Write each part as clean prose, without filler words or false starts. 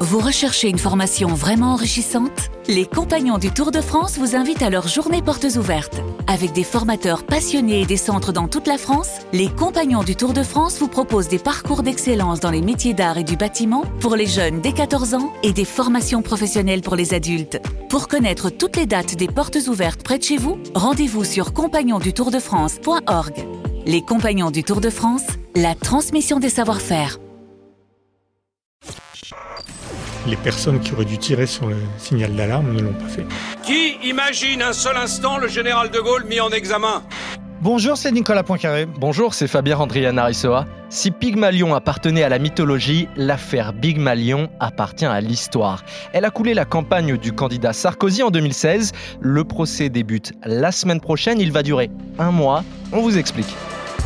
Vous recherchez une formation vraiment enrichissante ? Les Compagnons du Tour de France vous invitent à leur journée portes ouvertes. Avec des formateurs passionnés et des centres dans toute la France, les Compagnons du Tour de France vous proposent des parcours d'excellence dans les métiers d'art et du bâtiment pour les jeunes dès 14 ans et des formations professionnelles pour les adultes. Pour connaître toutes les dates des portes ouvertes près de chez vous, rendez-vous sur compagnonsdutourdefrance.org. Les Compagnons du Tour de France, la transmission des savoir-faire. Les personnes qui auraient dû tirer sur le signal d'alarme ne l'ont pas fait. Qui imagine un seul instant le général de Gaulle mis en examen ? Bonjour, c'est Nicolas Poincaré. Bonjour, c'est Fabien Andrian-Arissoa. Si Pygmalion appartenait à la mythologie, l'affaire Pygmalion appartient à l'histoire. Elle a coulé la campagne du candidat Sarkozy en 2016. Le procès débute la semaine prochaine. Il va durer 1 mois. On vous explique.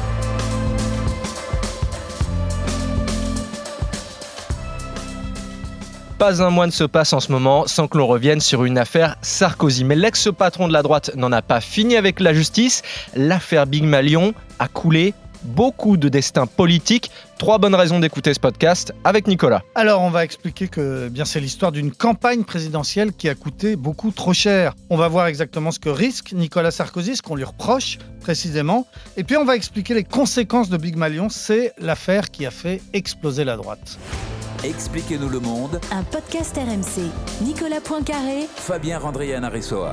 Pas un mois ne se passe en ce moment sans que l'on revienne sur une affaire Sarkozy. Mais l'ex-patron de la droite n'en a pas fini avec la justice. L'affaire Pygmalion a coulé beaucoup de destins politiques. 3 bonnes raisons d'écouter ce podcast avec Nicolas. Alors, on va expliquer que c'est l'histoire d'une campagne présidentielle qui a coûté beaucoup trop cher. On va voir exactement ce que risque Nicolas Sarkozy, ce qu'on lui reproche précisément. Et puis, on va expliquer les conséquences de Pygmalion. C'est l'affaire qui a fait exploser la droite. Expliquez-nous le monde. Un podcast RMC. Nicolas Poincaré. Fabien Andrian-Arissoa.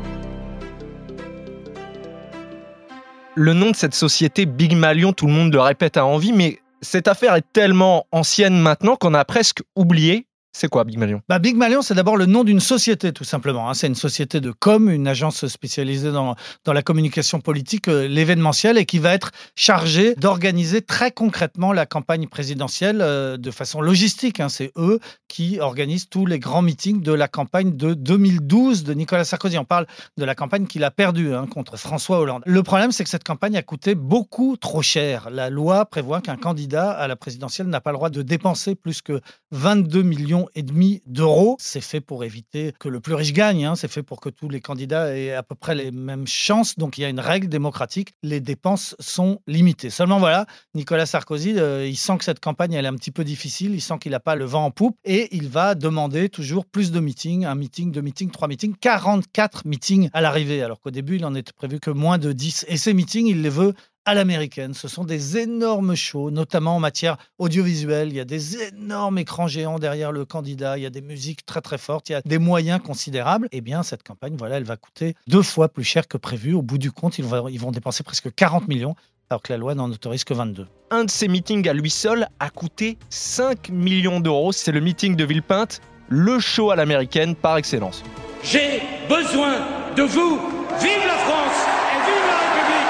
Le nom de cette société Pygmalion, tout le monde le répète à envie, mais cette affaire est tellement ancienne maintenant qu'on a presque oublié. C'est quoi Pygmalion ? Pygmalion, c'est d'abord le nom d'une société, tout simplement. C'est une société de com, une agence spécialisée dans la communication politique, l'événementiel, et qui va être chargée d'organiser très concrètement la campagne présidentielle de façon logistique. C'est eux qui organisent tous les grands meetings de la campagne de 2012 de Nicolas Sarkozy. On parle de la campagne qu'il a perdue contre François Hollande. Le problème, c'est que cette campagne a coûté beaucoup trop cher. La loi prévoit qu'un candidat à la présidentielle n'a pas le droit de dépenser plus que 22,5 millions d'euros. C'est fait pour éviter que le plus riche gagne. C'est fait pour que tous les candidats aient à peu près les mêmes chances. Donc, il y a une règle démocratique. Les dépenses sont limitées. Seulement, voilà, Nicolas Sarkozy, il sent que cette campagne, elle est un petit peu difficile. Il sent qu'il n'a pas le vent en poupe et il va demander toujours plus de meetings. 1 meeting, 2 meetings, 3 meetings, 44 meetings à l'arrivée. Alors qu'au début, il en était prévu que moins de 10. Et ces meetings, il les veut à l'américaine. Ce sont des énormes shows, notamment en matière audiovisuelle. Il y a des énormes écrans géants derrière le candidat. Il y a des musiques très très fortes. Il y a des moyens considérables. Eh bien, cette campagne, elle va coûter 2 fois plus cher que prévu. Au bout du compte, ils vont dépenser presque 40 millions, alors que la loi n'en autorise que 22. Un de ces meetings à lui seul a coûté 5 millions d'euros. C'est le meeting de Villepinte, le show à l'américaine par excellence. J'ai besoin de vous. Vive la France et vive la République.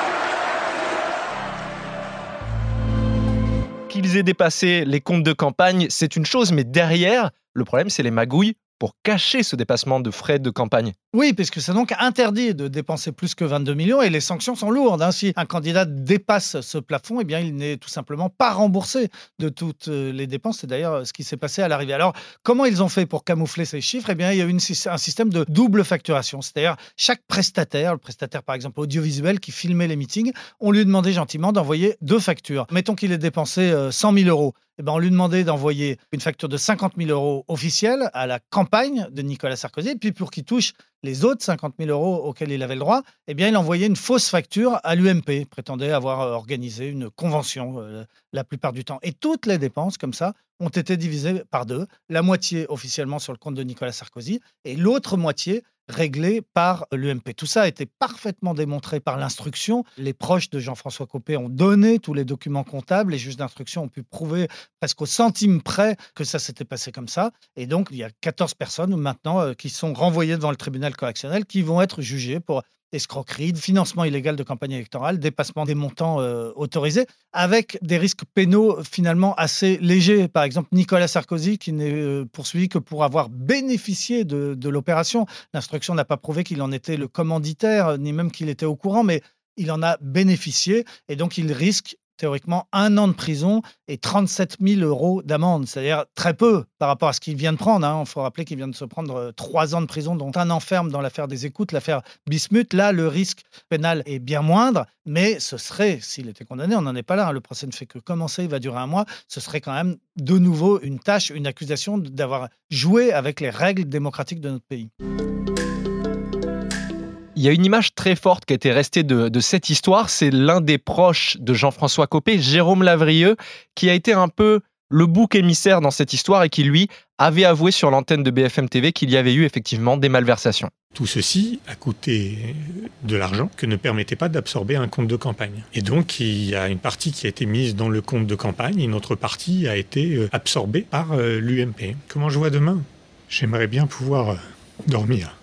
Qu'ils aient dépassé les comptes de campagne, c'est une chose, mais derrière, le problème, c'est les magouilles pour cacher ce dépassement de frais de campagne. Oui, puisque c'est donc interdit de dépenser plus que 22 millions et les sanctions sont lourdes. Si un candidat dépasse ce plafond, eh bien, il n'est tout simplement pas remboursé de toutes les dépenses. C'est d'ailleurs ce qui s'est passé à l'arrivée. Alors, comment ils ont fait pour camoufler ces chiffres ? Eh bien, il y a eu un système de double facturation. C'est-à-dire, chaque prestataire, le prestataire par exemple audiovisuel qui filmait les meetings, on lui demandait gentiment d'envoyer 2 factures. Mettons qu'il ait dépensé 100 000 euros. Eh ben, on lui demandait d'envoyer une facture de 50 000 euros officielle à la campagne de Nicolas Sarkozy. Et puis, pour qu'il touche les autres 50 000 euros auxquels il avait le droit, eh bien, il envoyait une fausse facture à l'UMP. Il prétendait avoir organisé une convention la plupart du temps. Et toutes les dépenses, comme ça, ont été divisées par 2. La moitié officiellement sur le compte de Nicolas Sarkozy et l'autre moitié réglée par l'UMP. Tout ça a été parfaitement démontré par l'instruction. Les proches de Jean-François Copé ont donné tous les documents comptables. Les juges d'instruction ont pu prouver presque au centime près que ça s'était passé comme ça. Et donc, il y a 14 personnes maintenant qui sont renvoyées devant le tribunal correctionnel qui vont être jugées pour escroquerie, financement illégal de campagne électorale, dépassement des montants autorisés, avec des risques pénaux finalement assez légers. Par exemple, Nicolas Sarkozy, qui n'est poursuivi que pour avoir bénéficié de l'opération. L'instruction n'a pas prouvé qu'il en était le commanditaire, ni même qu'il était au courant, mais il en a bénéficié et donc il risque théoriquement 1 an de prison et 37 000 € d'amende. C'est-à-dire très peu par rapport à ce qu'il vient de prendre. Il faut rappeler qu'il vient de se prendre 3 ans de prison, dont 1 an ferme dans l'affaire des écoutes, l'affaire Bismuth. Là, le risque pénal est bien moindre, mais ce serait, s'il était condamné, on n'en est pas là, le procès ne fait que commencer, il va durer 1 mois, ce serait quand même de nouveau une tâche, une accusation d'avoir joué avec les règles démocratiques de notre pays. Il y a une image très forte qui a été restée de cette histoire, c'est l'un des proches de Jean-François Copé, Jérôme Lavrieux, qui a été un peu le bouc émissaire dans cette histoire et qui, lui, avait avoué sur l'antenne de BFM TV qu'il y avait eu effectivement des malversations. Tout ceci a coûté de l'argent que ne permettait pas d'absorber un compte de campagne. Et donc, il y a une partie qui a été mise dans le compte de campagne et une autre partie a été absorbée par l'UMP. Comment je vois demain ? J'aimerais bien pouvoir dormir.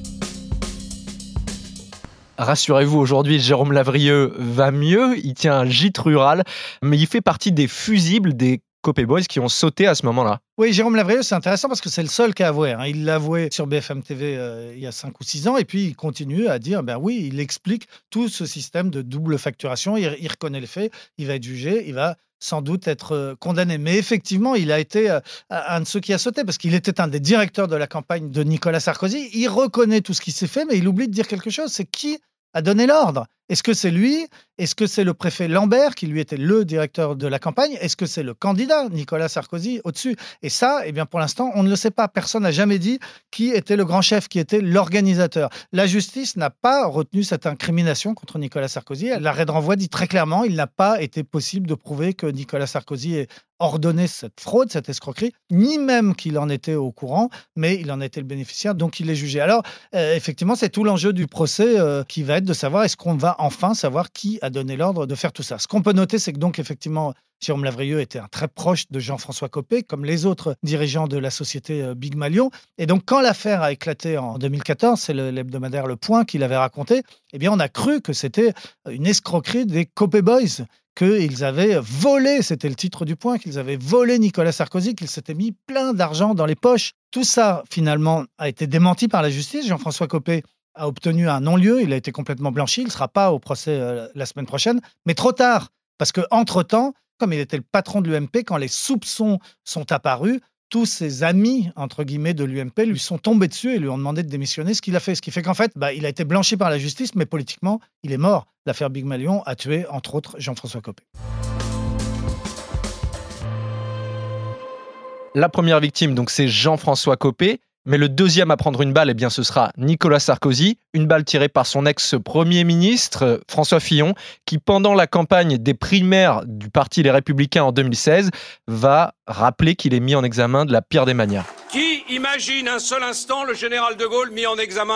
Rassurez-vous, aujourd'hui, Jérôme Lavrieux va mieux, il tient un gîte rural, mais il fait partie des fusibles des Copé Boys qui ont sauté à ce moment-là. Oui, Jérôme Lavrieux, c'est intéressant parce que c'est le seul qui a avoué. Il l'a avoué sur BFM TV il y a 5 ou 6 ans et puis il continue à dire, oui, il explique tout ce système de double facturation, il reconnaît les faits, il va être jugé, il va sans doute être condamné. Mais effectivement, il a été un de ceux qui a sauté parce qu'il était un des directeurs de la campagne de Nicolas Sarkozy. Il reconnaît tout ce qui s'est fait, mais il oublie de dire quelque chose. C'est qui a donné l'ordre ? Est-ce que c'est lui ? Est-ce que c'est le préfet Lambert, qui lui était le directeur de la campagne ? Est-ce que c'est le candidat, Nicolas Sarkozy, au-dessus ? Et ça, pour l'instant, on ne le sait pas. Personne n'a jamais dit qui était le grand chef, qui était l'organisateur. La justice n'a pas retenu cette incrimination contre Nicolas Sarkozy. L'arrêt de renvoi dit très clairement qu'il n'a pas été possible de prouver que Nicolas Sarkozy ait ordonné cette fraude, cette escroquerie, ni même qu'il en était au courant, mais il en a été le bénéficiaire, donc il est jugé. Alors, effectivement, c'est tout l'enjeu du procès qui va être de savoir est-ce qu'on va enfin savoir qui a donné l'ordre de faire tout ça. Ce qu'on peut noter, c'est que donc effectivement, Jérôme Lavrieux était un très proche de Jean-François Copé, comme les autres dirigeants de la société Big Malion. Et donc, quand l'affaire a éclaté en 2014, c'est l'hebdomadaire Le Point qui l'avait raconté, on a cru que c'était une escroquerie des Copé Boys, qu'ils avaient volé, c'était le titre du Point, qu'ils avaient volé Nicolas Sarkozy, qu'ils s'étaient mis plein d'argent dans les poches. Tout ça, finalement, a été démenti par la justice. Jean-François Copé a obtenu un non-lieu, il a été complètement blanchi, il ne sera pas au procès la semaine prochaine, mais trop tard, parce qu'entre-temps, comme il était le patron de l'UMP, quand les soupçons sont apparus, tous ses amis, entre guillemets, de l'UMP lui sont tombés dessus et lui ont demandé de démissionner, ce qu'il a fait. Ce qui fait qu'en fait, il a été blanchi par la justice, mais politiquement, il est mort. L'affaire Big Malion a tué, entre autres, Jean-François Copé. La première victime, donc, c'est Jean-François Copé. Mais le deuxième à prendre une balle, ce sera Nicolas Sarkozy. Une balle tirée par son ex-premier ministre, François Fillon, qui, pendant la campagne des primaires du parti Les Républicains en 2016, va rappeler qu'il est mis en examen de la pire des manières. Qui imagine un seul instant le général de Gaulle mis en examen ?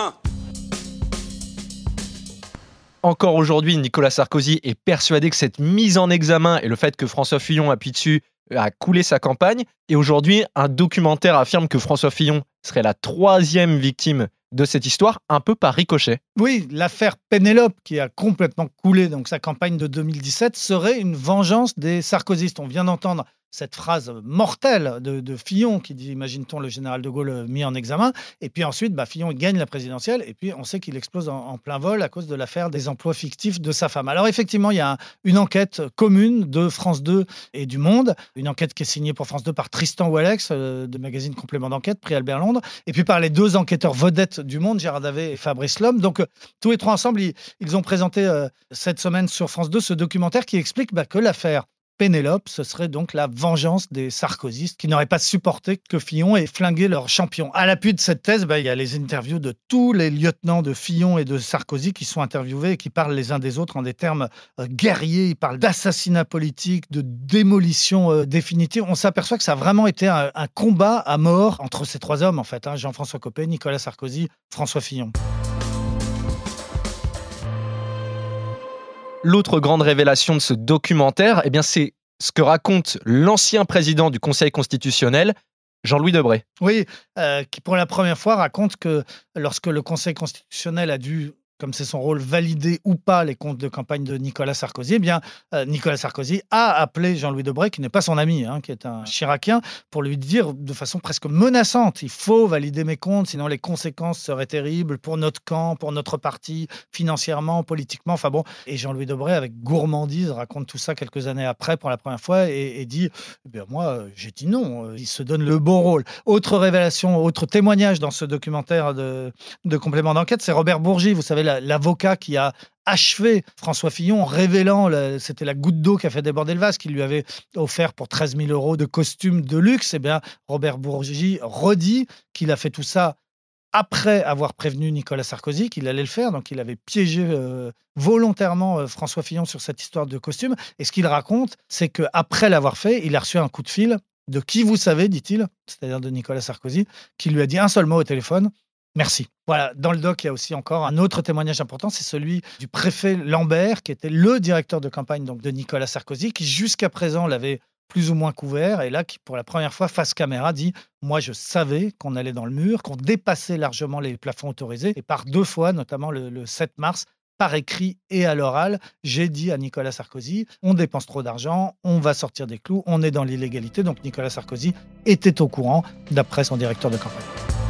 Encore aujourd'hui, Nicolas Sarkozy est persuadé que cette mise en examen et le fait que François Fillon appuie dessus a coulé sa campagne. Et aujourd'hui, un documentaire affirme que François Fillon serait la 3e victime de cette histoire, un peu par ricochet. Oui, l'affaire Pénélope, qui a complètement coulé donc sa campagne de 2017, serait une vengeance des sarkozystes. On vient d'entendre cette phrase mortelle de Fillon qui dit « Imagine-t-on le général de Gaulle mis en examen ?» Et puis ensuite, Fillon gagne la présidentielle et puis on sait qu'il explose en plein vol à cause de l'affaire des emplois fictifs de sa femme. Alors effectivement, il y a une enquête commune de France 2 et du Monde, une enquête qui est signée pour France 2 par Tristan Wallex, de magazine Complément d'enquête, prix Albert Londres, et puis par les 2 enquêteurs vedettes du Monde, Gérard Davet et Fabrice Lhomme. Donc tous les 3 ensemble, ils ont présenté cette semaine sur France 2 ce documentaire qui explique que l'affaire Pénélope, ce serait donc la vengeance des sarkozystes qui n'auraient pas supporté que Fillon ait flingué leur champion. À l'appui de cette thèse, il y a les interviews de tous les lieutenants de Fillon et de Sarkozy qui sont interviewés et qui parlent les uns des autres en des termes guerriers. Ils parlent d'assassinat politique, de démolition définitive. On s'aperçoit que ça a vraiment été un combat à mort entre ces 3 hommes, en fait, Jean-François Copé, Nicolas Sarkozy, François Fillon. L'autre grande révélation de ce documentaire, c'est ce que raconte l'ancien président du Conseil constitutionnel, Jean-Louis Debré. Oui, qui pour la première fois raconte que lorsque le Conseil constitutionnel a dû comme c'est son rôle, valider ou pas les comptes de campagne de Nicolas Sarkozy, eh bien, Nicolas Sarkozy a appelé Jean-Louis Debré, qui n'est pas son ami, qui est un chiracien, pour lui dire de façon presque menaçante, il faut valider mes comptes, sinon les conséquences seraient terribles pour notre camp, pour notre parti, financièrement, politiquement, enfin bon. Et Jean-Louis Debré, avec gourmandise, raconte tout ça quelques années après pour la première fois et dit eh bien moi j'ai dit non, il se donne le bon rôle. Autre révélation, autre témoignage dans ce documentaire de complément d'enquête, c'est Robert Bourgi, vous savez, l'avocat qui a achevé François Fillon en révélant, c'était la goutte d'eau qui a fait déborder le vase, qu'il lui avait offert pour 13 000 € de costumes de luxe. Eh bien, Robert Bourgi redit qu'il a fait tout ça après avoir prévenu Nicolas Sarkozy qu'il allait le faire. Donc, il avait piégé volontairement François Fillon sur cette histoire de costume. Et ce qu'il raconte, c'est qu'après l'avoir fait, il a reçu un coup de fil de qui vous savez, dit-il, c'est-à-dire de Nicolas Sarkozy, qui lui a dit un seul mot au téléphone: merci. Voilà, dans le doc, il y a aussi encore un autre témoignage important, c'est celui du préfet Lambert, qui était le directeur de campagne donc, de Nicolas Sarkozy, qui jusqu'à présent l'avait plus ou moins couvert, et là, qui pour la première fois, face caméra, dit « Moi, je savais qu'on allait dans le mur, qu'on dépassait largement les plafonds autorisés, et par 2 fois, notamment le 7 mars, par écrit et à l'oral, j'ai dit à Nicolas Sarkozy, on dépense trop d'argent, on va sortir des clous, on est dans l'illégalité. » Donc Nicolas Sarkozy était au courant, d'après son directeur de campagne.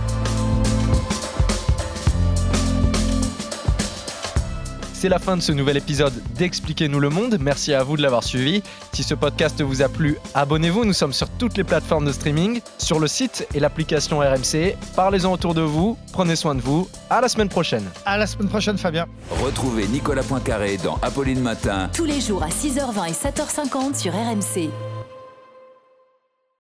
C'est la fin de ce nouvel épisode d'Expliquez-nous le monde. Merci à vous de l'avoir suivi. Si ce podcast vous a plu, abonnez-vous. Nous sommes sur toutes les plateformes de streaming, sur le site et l'application RMC. Parlez-en autour de vous. Prenez soin de vous. À la semaine prochaine. À la semaine prochaine, Fabien. Retrouvez Nicolas Poincaré dans Apolline Matin. Tous les jours à 6h20 et 7h50 sur RMC.